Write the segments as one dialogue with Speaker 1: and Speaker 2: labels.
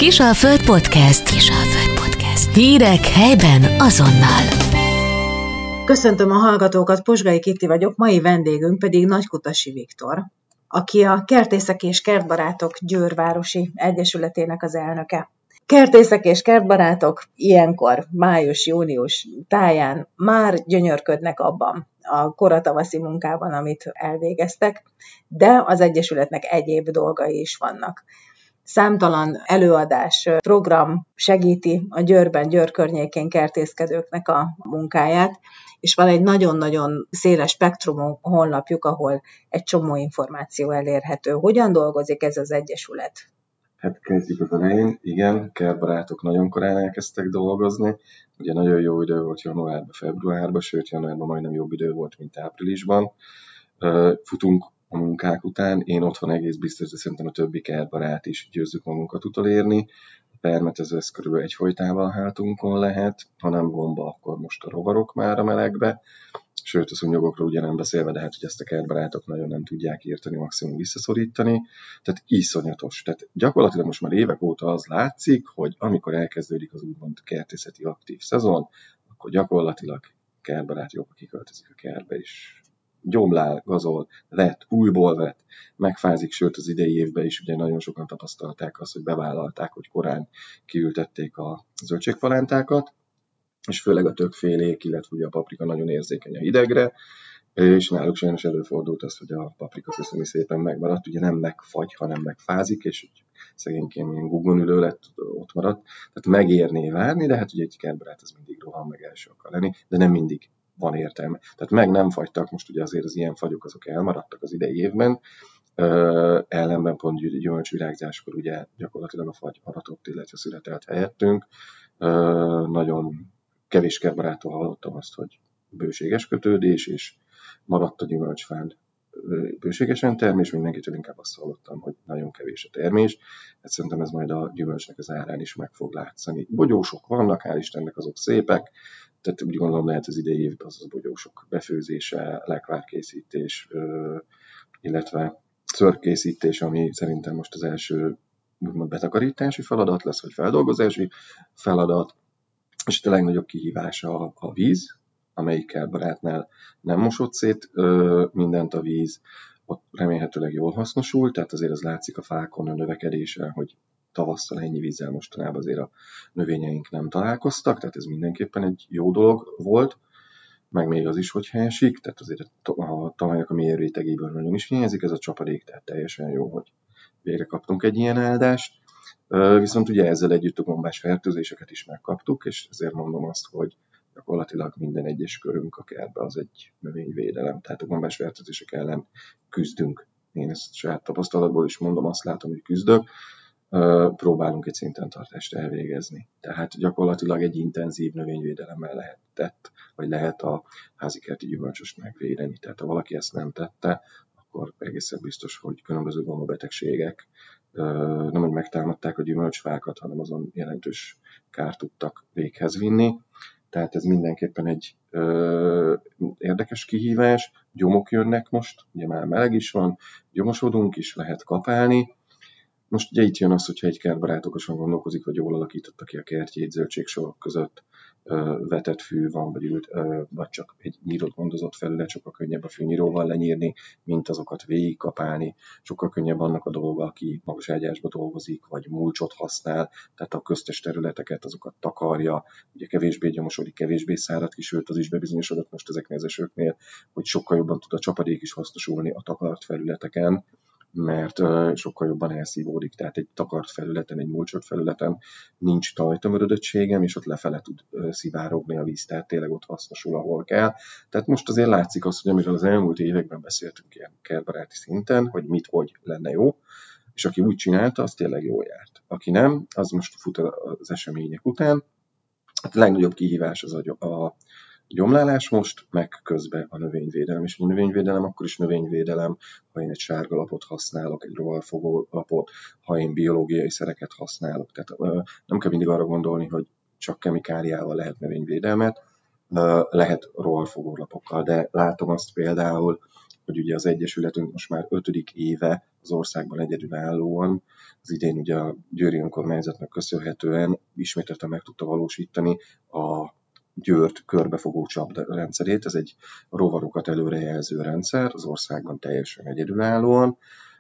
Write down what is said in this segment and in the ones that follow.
Speaker 1: Kisalföld Podcast. Kisalföld Podcast. Hírek helyben azonnal.
Speaker 2: Köszöntöm a hallgatókat, Posgai Kitti vagyok, mai vendégünk pedig Nagykutasi Viktor, aki a Kertészek és Kertbarátok Győrvárosi Egyesületének az elnöke. Kertészek és kertbarátok ilyenkor, május-június táján már gyönyörködnek abban a koratavaszi munkában, amit elvégeztek, de az Egyesületnek egyéb dolgai is vannak. Számtalan előadás, program segíti a Győrben, Győr környékén kertészkedőknek a munkáját, és van egy nagyon-nagyon széles spektrumú honlapjuk, ahol egy csomó információ elérhető. Hogyan dolgozik ez az Egyesület?
Speaker 3: Hát kezdjük az elején. Igen, kertbarátok nagyon korán elkezdtek dolgozni. Ugye nagyon jó idő volt januárban, februárban, sőt januárban majdnem jobb idő volt, mint áprilisban. Futunk a munkák után. Én otthon egész biztos, de szerintem a többi kertbarát is győzzük magunkat utolérni. A permetező ez körülbelül egyfolytában a hátunkon lehet, ha nem gomba, akkor most a rovarok már a melegbe. Sőt, a szúnyogokról ugye nem beszélve, de hát, hogy ezt a kertbarátok nagyon nem tudják írtani, maximum visszaszorítani. Tehát iszonyatos. Tehát gyakorlatilag most már évek óta az látszik, hogy amikor elkezdődik az úgymond kertészeti aktív szezon, akkor gyakorlatilag kertbarátok kiköltözik a kertbe is. Gyomlál, gazol, vet, újból vet, megfázik, sőt az idei évben is ugye nagyon sokan tapasztalták azt, hogy bevállalták, hogy korán kiültették a zöldségpalántákat, és főleg a többfélék, illetve ugye a paprika nagyon érzékeny a hidegre, és náluk sajnos előfordult az, hogy a paprika köszöni szépen megmaradt, ugye nem megfagy, hanem megfázik, és szegényként ilyen guggon ülő lett, ott maradt. Tehát megérné várni, de hát ugye egy kertbarát az mindig rohan, meg első akar lenni, de nem mindig van értelme. Tehát meg nem fagytak, most ugye azért az ilyen fagyok azok elmaradtak az idei évben, ellenben pont gyümölcsvirágzáskor ugye gyakorlatilag a fagy maradt, illetve születelt helyettünk. Nagyon kevés kertbaráttól hallottam azt, hogy bőséges kötődés, és maradt a gyümölcsfán bőségesen termés, mindenkitől inkább azt hallottam, hogy nagyon kevés a termés. Hát szerintem ez majd a gyümölcsnek az árán is meg fog látszani. Bogyósok vannak, hál' Istennek azok szépek, tehát úgy gondolom lehet az idei évben az bogyósok befőzése, lekvárkészítés, illetve szörkészítés, ami szerintem most az első úgymond betakarítási feladat lesz, vagy feldolgozási feladat, és itt a legnagyobb kihívás a víz, amelyik kertbarátnál nem mosott szét mindent a víz, ott remélhetőleg jól hasznosul, tehát azért az látszik a fákon a növekedése, hogy tavasszal ennyi vízzel mostanában azért a növényeink nem találkoztak, tehát ez mindenképpen egy jó dolog volt, meg még az is, hogy esik, tehát azért a talajnak a mély rétegéből nagyon is hiányzik ez a csapadék, tehát teljesen jó, hogy végre kaptunk egy ilyen áldást. Viszont ugye ezzel együtt a gombás fertőzéseket is megkaptuk, és ezért mondom azt, hogy gyakorlatilag minden egyes körünk a kertbe az egy növényvédelem, tehát a gombás fertőzések ellen küzdünk. Én ezt saját tapasztalatból is mondom, azt látom, hogy küzdök, próbálunk egy szintentartást elvégezni. Tehát gyakorlatilag egy intenzív növényvédelemmel lehet a házikerti gyümölcsöst megvédeni. Tehát ha valaki ezt nem tette, akkor egészen biztos, hogy különböző gombabetegségek nem hogy megtámadták a gyümölcsfákat, hanem azon jelentős kárt tudtak véghez vinni. Tehát ez mindenképpen egy érdekes kihívás. Gyomok jönnek most, ugye már meleg is van, gyomosodunk is, lehet kapálni. Most ugye itt jön az, hogyha egy kertbarát okosan gondolkozik, vagy jól alakította ki a kertjét, zöldségsorok között vetett fű van, vagy csak egy nyírt gondozott felület, sokkal könnyebb a fűnyíróval lenyírni, mint azokat végigkapálni. Sokkal könnyebb annak a dolga, aki magas ágyásba dolgozik, vagy mulcsot használ, tehát a köztes területeket, azokat takarja, ugye kevésbé gyomosodik, kevésbé szárad ki, sőt az is bebizonyosodott most ezeknél az esőknél, hogy sokkal jobban tud a csapadék is hasznosulni a takart felületeken, mert sokkal jobban elszívódik, tehát egy takart felületen, egy mulcsolt felületen nincs talajtömörödöttségem, és ott lefele tud szivárogni a víz, tehát tényleg ott hasznosul, ahol kell. Tehát most azért látszik az, hogy amiről az elmúlt években beszéltünk ilyen kertbaráti szinten, hogy hogy lenne jó, és aki úgy csinálta, az tényleg jól járt. Aki nem, az most fut az események után. Hát a legnagyobb kihívás az a gyomlálás most, meg közben a növényvédelem. És a növényvédelem akkor is növényvédelem, ha én egy sárga lapot használok, egy rovarfogó lapot, ha én biológiai szereket használok. Tehát nem kell mindig arra gondolni, hogy csak kemikáliával lehet növényvédelmet, lehet rovarfogó lapokkal, de látom azt például, hogy ugye az Egyesületünk most már 5. éve az országban egyedülállóan Az idén ugye a győri önkormányzatnak köszönhetően ismételten meg tudta valósítani a Győrt körbefogó csapda rendszerét. Ez egy rovarokat előrejelző rendszer, az országban teljesen egyedülállóan.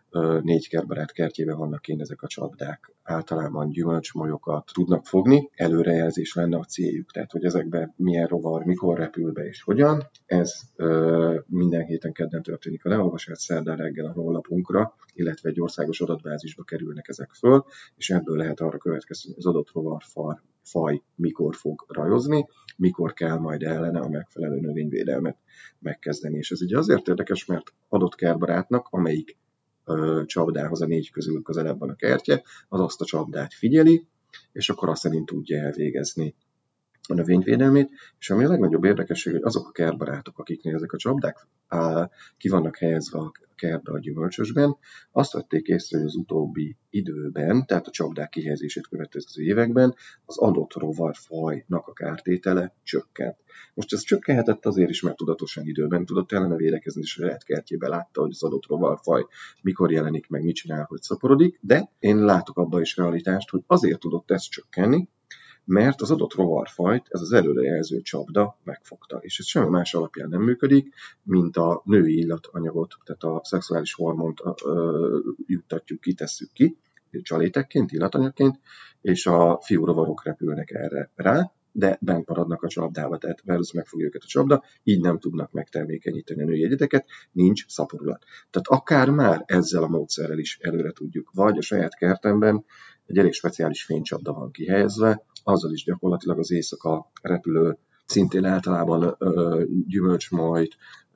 Speaker 3: 4 kertbarát kertjében vannak kint ezek a csapdák. Általában gyümölcsmolyokat tudnak fogni, előrejelzés lenne a céljuk, tehát hogy ezekben milyen rovar, mikor repül be és hogyan. Ez minden héten kedden történik a leolvasás, szerdán reggel a honlapunkra, illetve egy országos adatbázisba kerülnek ezek föl, és ebből lehet arra következtetni, hogy az adott rovarfaj mikor fog rajozni, mikor kell majd ellene a megfelelő növényvédelmet megkezdeni. És ez ugye azért érdekes, mert adott kertbarátnak, amelyik csapdához a 4 közül közelebb van a kertje, az azt a csapdát figyeli, és akkor azt szerint tudja elvégezni a növényvédelmét, és ami a legnagyobb érdekesség, hogy azok a kertbarátok, akiknél ezek a csapdák ki vannak helyezve a kertbe a gyümölcsösben, azt vették észre, hogy az utóbbi időben, tehát a csapdák kihelyezését következő években az adott rovarfajnak a kártétele csökkent. Most ez csökkenhetett azért is, mert tudatosan időben tudott ellene védekezni, és a saját kertjében látta, hogy az adott rovarfaj mikor jelenik meg, mit csinál, hogy szaporodik, de én látok abban is realitást, hogy azért tudott ez csökkenni, mert az adott rovarfajt ez az előrejelző csapda megfogta. És ez semmi más alapján nem működik, mint a női illatanyagot, tehát a szexuális hormont juttatjuk, kitesszük ki, csalétekként, illatanyagként, és a fiúrovarok repülnek erre rá, de bent maradnak a csapdába, tehát versus megfogja őket a csapda, így nem tudnak megtermékenyíteni a női egyedeket, nincs szaporulat. Tehát akár már ezzel a módszerrel is előre tudjuk, vagy a saját kertemben egy elég speciális fénycsapda van kihelyezve, azzal is gyakorlatilag az éjszaka repülő, szintén általában gyümölcsmojt,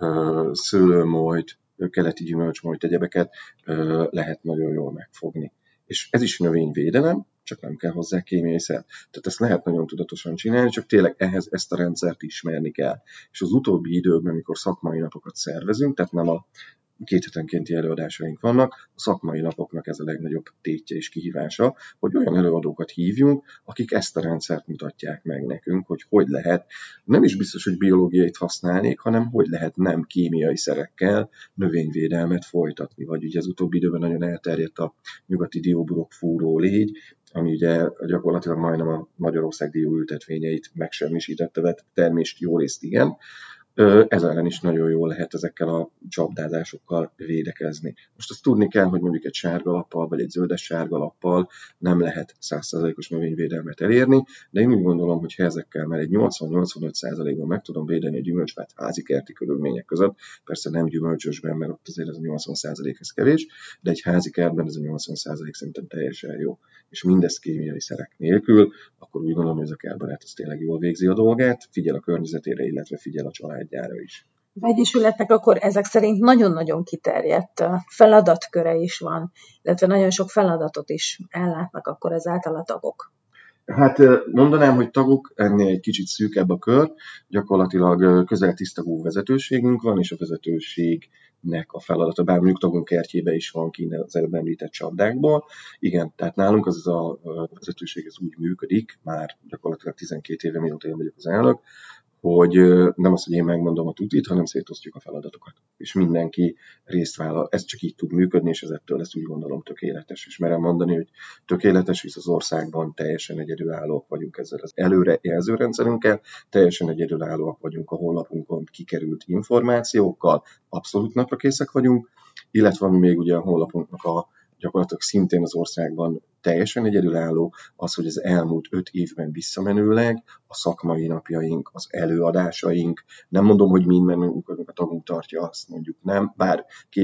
Speaker 3: szőlőmojt, keleti gyümölcsmojt, egyebeket lehet nagyon jól megfogni. És ez is növényvédelem, csak nem kell hozzá kémiai szer. Tehát ezt lehet nagyon tudatosan csinálni, csak tényleg ehhez ezt a rendszert ismerni kell. És az utóbbi időkben, amikor szakmai napokat szervezünk, tehát nem a 2 hetenkénti előadásaink vannak, a szakmai napoknak ez a legnagyobb tétje és kihívása, hogy olyan előadókat hívjunk, akik ezt a rendszert mutatják meg nekünk, hogy lehet, nem is biztos, hogy biológiait használnék, hanem hogy lehet nem kémiai szerekkel növényvédelmet folytatni. Vagy ugye az utóbbi időben nagyon elterjedt a nyugati dióburok fúró légy, ami ugye gyakorlatilag majdnem a Magyarország dióültetvényeit megsemmisítette, vett termést jó részt igen. Ez ellen is nagyon jól lehet ezekkel a csapdázásokkal védekezni. Most azt tudni kell, hogy mondjuk egy sárga lappal, vagy egy zöldes sárga lappal nem lehet 100%-os növényvédelmet elérni, de én úgy gondolom, hogy ha ezekkel már egy 80-85%-ban meg tudom védeni a gyümölcsfát házi kerti körülmények között, persze nem gyümölcsösben, mert ott azért ez a 80% ez kevés, de egy házi kertben ez a 80% szerintem teljesen jó. És mindez kémiai szerek nélkül, akkor úgy gondolom, hogy ez a kertbarát az tényleg jól végzi a dolgát, figyel a környezetére, illetve figyel a családjára is.
Speaker 2: Az Egyesületnek akkor ezek szerint nagyon-nagyon kiterjedt feladatköre is van, illetve nagyon sok feladatot is ellátnak akkor ezáltal a tagok.
Speaker 3: Hát mondanám, hogy tagok, ennél egy kicsit szűkebb a kör, gyakorlatilag közel 10 tagú vezetőségünk van, és a vezetőségnek a feladata, bár mondjuk tagunk kertjébe is van kint az előbb említett csapdákból. Igen, tehát nálunk az a vezetőség ez úgy működik, már gyakorlatilag 12 éve, mióta én vagyok az elnök, hogy nem az, hogy én megmondom a tutit, hanem szétosztjuk a feladatokat. És mindenki részt vállal. Ez csak így tud működni, és ezettől ezt úgy gondolom tökéletes. És merem mondani, hogy tökéletes, hisz az országban teljesen egyedülállóak vagyunk ezzel az előrejelző rendszerünkkel, teljesen egyedülállóak vagyunk a honlapunkon kikerült információkkal, abszolút naprakészek vagyunk, illetve ami még ugye a honlapunknak gyakorlatilag szintén az országban teljesen egyedülálló, az, hogy az elmúlt 5 évben visszamenőleg a szakmai napjaink, az előadásaink, nem mondom, hogy minden, amikor a tagunk tartja, azt mondjuk nem, bár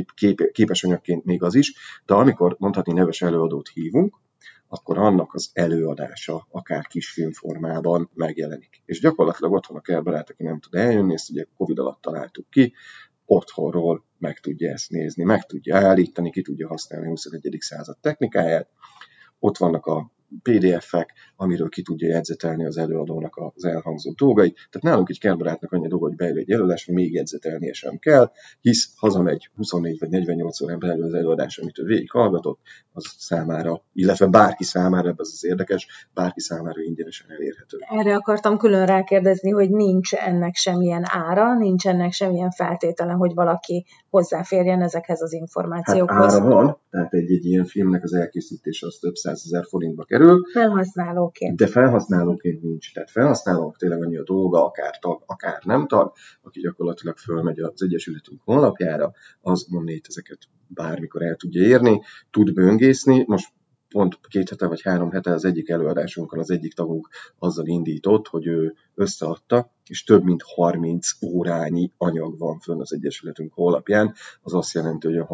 Speaker 3: képes anyagként még az is, de amikor mondhatni neves előadót hívunk, akkor annak az előadása akár kisfilmformában megjelenik. És gyakorlatilag otthon a kertbarát, aki nem tud eljönni, ezt ugye Covid alatt találtuk ki, otthonról meg tudja ezt nézni, meg tudja állítani, ki tudja használni a 21. század technikáját. Ott vannak a PDF-ek, amiről ki tudja jegyzetelni az előadónak az elhangzott dolgait. Tehát nálunk egy kertbarátnak annyi dolga, hogy beírja egy előadást, hogy még jegyzetelnie sem kell, hisz hazamegy 24 vagy 48 órán belül az előadás, amit ő végighallgatott, az számára, illetve bárki számára, ebben az érdekes, bárki számára ingyenesen elérhető.
Speaker 2: Erre akartam külön rákérdezni, hogy nincs ennek semmilyen ára, nincs ennek semmilyen feltétele, hogy valaki hozzáférjen ezekhez az információkhoz.
Speaker 3: Hát ára van, tehát egy ilyen filmnek az elkészítése az több 100 000 forintba kerül.
Speaker 2: Felhasználóként.
Speaker 3: De felhasználóként nincs. Tehát felhasználók tényleg annyi a dolga, akár tag, akár nem tag, aki gyakorlatilag fölmegy az Egyesületünk honlapjára, az onnét ezeket bármikor el tudja érni, tud böngészni. Most pont 2 hete vagy 3 hete az egyik előadásunkon az egyik tagunk azzal indított, hogy ő összeadta, és több mint 30 órányi anyag van fönn az Egyesületünk honlapján. Az azt jelenti, hogy a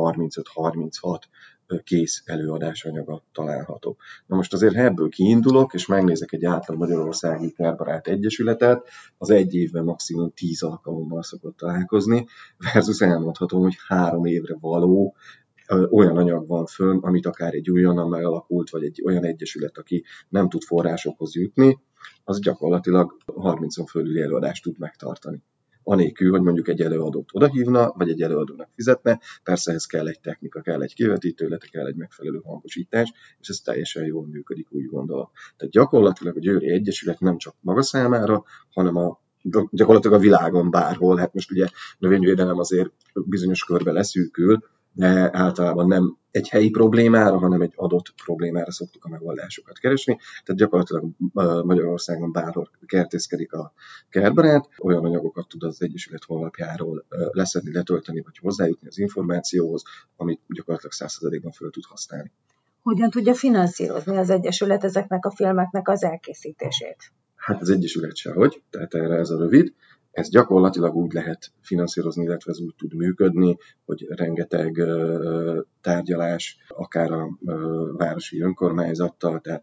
Speaker 3: 35-36 kész előadás anyaga található. Na most azért, ha ebből kiindulok, és megnézek egy átlag magyarországi kertbarát egyesületet, az egy évben maximum 10 alkalommal szokott találkozni, versus elmondhatom, hogy 3 évre való olyan anyag van fönn, amit akár egy újonnan megalakult, vagy egy olyan egyesület, aki nem tud forrásokhoz jutni, az gyakorlatilag 30-on fölüli előadást tud megtartani. Anélkül, hogy mondjuk egy előadót odahívna, vagy egy előadónak fizetne, persze ehhez kell egy technika, kell egy kivetítő, illetve kell egy megfelelő hangosítás, és ez teljesen jól működik, úgy gondolom. Tehát gyakorlatilag a Győri Egyesület nem csak maga számára, hanem gyakorlatilag a világon bárhol, hát most ugye növényvédelem azért bizonyos körbe leszűkül, de általában nem egy helyi problémára, hanem egy adott problémára szoktuk a megoldásokat keresni. Tehát gyakorlatilag Magyarországon bárhol kertészkedik a kertbarát, olyan anyagokat tud az Egyesület honlapjáról leszedni, letölteni, vagy hozzájutni az információhoz, amit gyakorlatilag 100%-ban föl tud használni.
Speaker 2: Hogyan tudja finanszírozni az Egyesület ezeknek a filmeknek az elkészítését?
Speaker 3: Hát az Egyesület sehogy, tehát erre ez a rövid. Ez gyakorlatilag úgy lehet finanszírozni, illetve ez úgy tud működni, hogy rengeteg tárgyalás, akár a városi önkormányzattal, tehát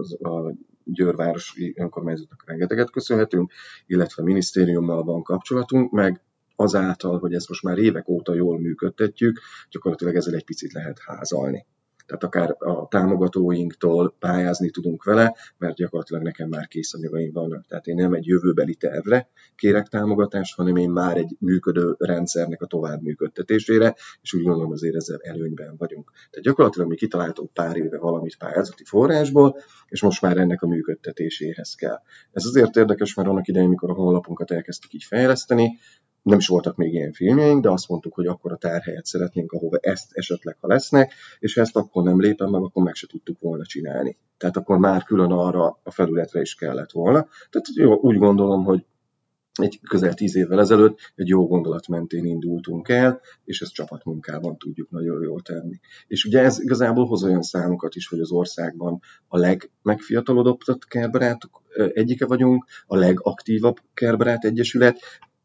Speaker 3: a Győr városi önkormányzatnak rengeteget köszönhetünk, illetve a minisztériummal van kapcsolatunk, meg azáltal, hogy ezt most már évek óta jól működtetjük, gyakorlatilag ezzel egy picit lehet házalni. Tehát akár a támogatóinktól pályázni tudunk vele, mert gyakorlatilag nekem már kész anyagaim vannak. Tehát én nem egy jövőbeli tervre kérek támogatást, hanem én már egy működő rendszernek a tovább működtetésére, és úgy gondolom azért ezzel előnyben vagyunk. Tehát gyakorlatilag mi kitaláltunk pár éve valamit pályázati forrásból, és most már ennek a működtetéséhez kell. Ez azért érdekes, mert annak idején, mikor a honlapunkat elkezdtük így fejleszteni, nem is voltak még ilyen filmjeink, de azt mondtuk, hogy akkor a tárhelyet szeretnénk, ahova ezt esetleg, ha lesznek, és ha ezt akkor nem lépem meg, akkor meg se tudtuk volna csinálni. Tehát akkor már külön arra a felületre is kellett volna. Tehát jó, úgy gondolom, hogy egy közel 10 évvel ezelőtt egy jó gondolat mentén indultunk el, és ezt csapatmunkában tudjuk nagyon jól tenni. És ugye ez igazából hoz olyan számokat is, hogy az országban a legmegfiatalodott kertbarátok egyike vagyunk, a legaktívabb kertbarát egyesület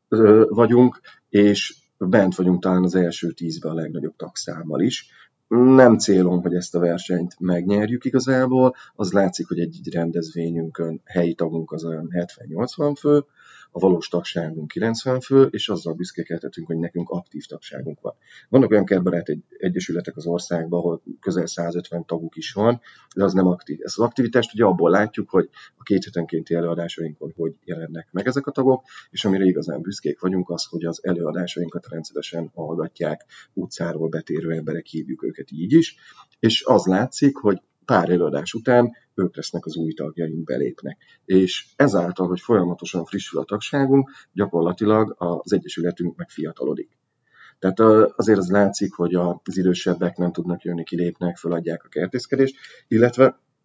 Speaker 3: vagyunk, és bent vagyunk talán az első 10-ben a legnagyobb tagszámmal is. Nem célom, hogy ezt a versenyt megnyerjük igazából, az látszik, hogy egy rendezvényünkön helyi tagunk az olyan 70-80 fő, a valós tagságunk 90 fő, és azzal büszkékedhetünk, hogy nekünk aktív tagságunk van. Vannak olyan kertbarát egyesületek az országban, ahol közel 150 taguk is van, de az nem aktív. Ezt az aktivitást ugye abból látjuk, hogy a 2 hetenkénti előadásainkon hogy jelennek meg ezek a tagok, és amire igazán büszkék vagyunk az, hogy az előadásainkat rendszeresen hallgatják, utcáról betérő emberek, hívjuk őket így is, és az látszik, hogy pár előadás után ők lesznek az új tagjaink, belépnek. És ezáltal, hogy folyamatosan frissül a tagságunk, gyakorlatilag az egyesületünk megfiatalodik. Tehát azért az látszik, hogy az idősebbek nem tudnak jönni, kilépnek, feladják a kertészkedést, illetve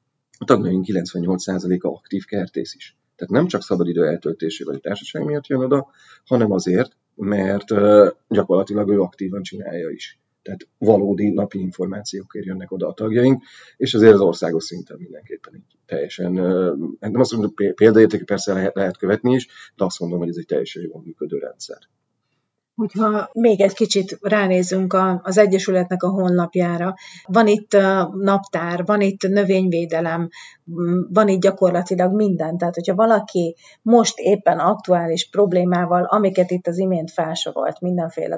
Speaker 3: a tagjaink 98%-a aktív kertész is. Tehát nem csak szabadidő eltöltésé vagy a társaság miatt jön oda, hanem azért, mert gyakorlatilag ő aktívan csinálja is. Tehát valódi napi információkért jönnek oda a tagjaink, és azért az országos szinten mindenképpen így teljesen, nem azt mondom, példaértékű persze lehet követni is, de azt mondom, hogy ez egy teljesen jól működő rendszer.
Speaker 2: Hogyha még egy kicsit ránézünk az Egyesületnek a honlapjára, van itt naptár, van itt növényvédelem, van itt gyakorlatilag minden. Tehát, hogyha valaki most éppen aktuális problémával, amiket itt az imént felsorolt, mindenféle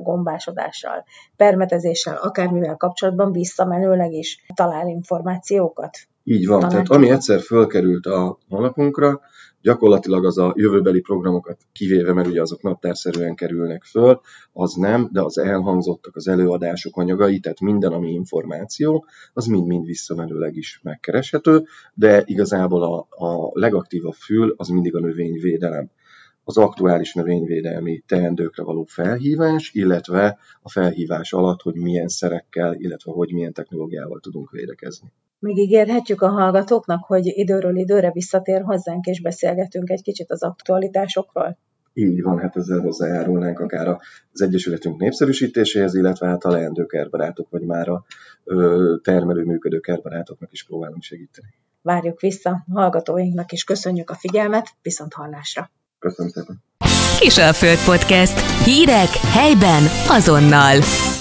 Speaker 2: gombásodással, permetezéssel, akármivel kapcsolatban visszamenőleg is talál információkat.
Speaker 3: Így van, tehát ami egyszer fölkerült a honlapunkra, gyakorlatilag az a jövőbeli programokat kivéve, mert ugye azok naptárszerűen kerülnek föl, az nem, de az elhangzottak, az előadások anyagai, tehát minden, ami információ, az mind-mind visszamenőleg is megkereshető, de igazából a legaktívabb fül az mindig a növényvédelem. Az aktuális növényvédelmi teendőkre való felhívás, illetve a felhívás alatt, hogy milyen szerekkel, illetve hogy milyen technológiával tudunk védekezni.
Speaker 2: Megígérhetjük a hallgatóknak, hogy időről időre visszatér hozzánk, és beszélgetünk egy kicsit az aktualitásokról?
Speaker 3: Így van, hát ezzel hozzájárulnánk akár az Egyesületünk népszerűsítéséhez, illetve hát a leendő kertbarátok, vagy már a termelő működő kertbarátoknak is próbálunk segíteni.
Speaker 2: Várjuk vissza, hallgatóinknak is köszönjük a figyelmet, viszont hallásra!
Speaker 3: Köszönöm szépen!
Speaker 1: Kisalföld Podcast. Hírek helyben azonnal.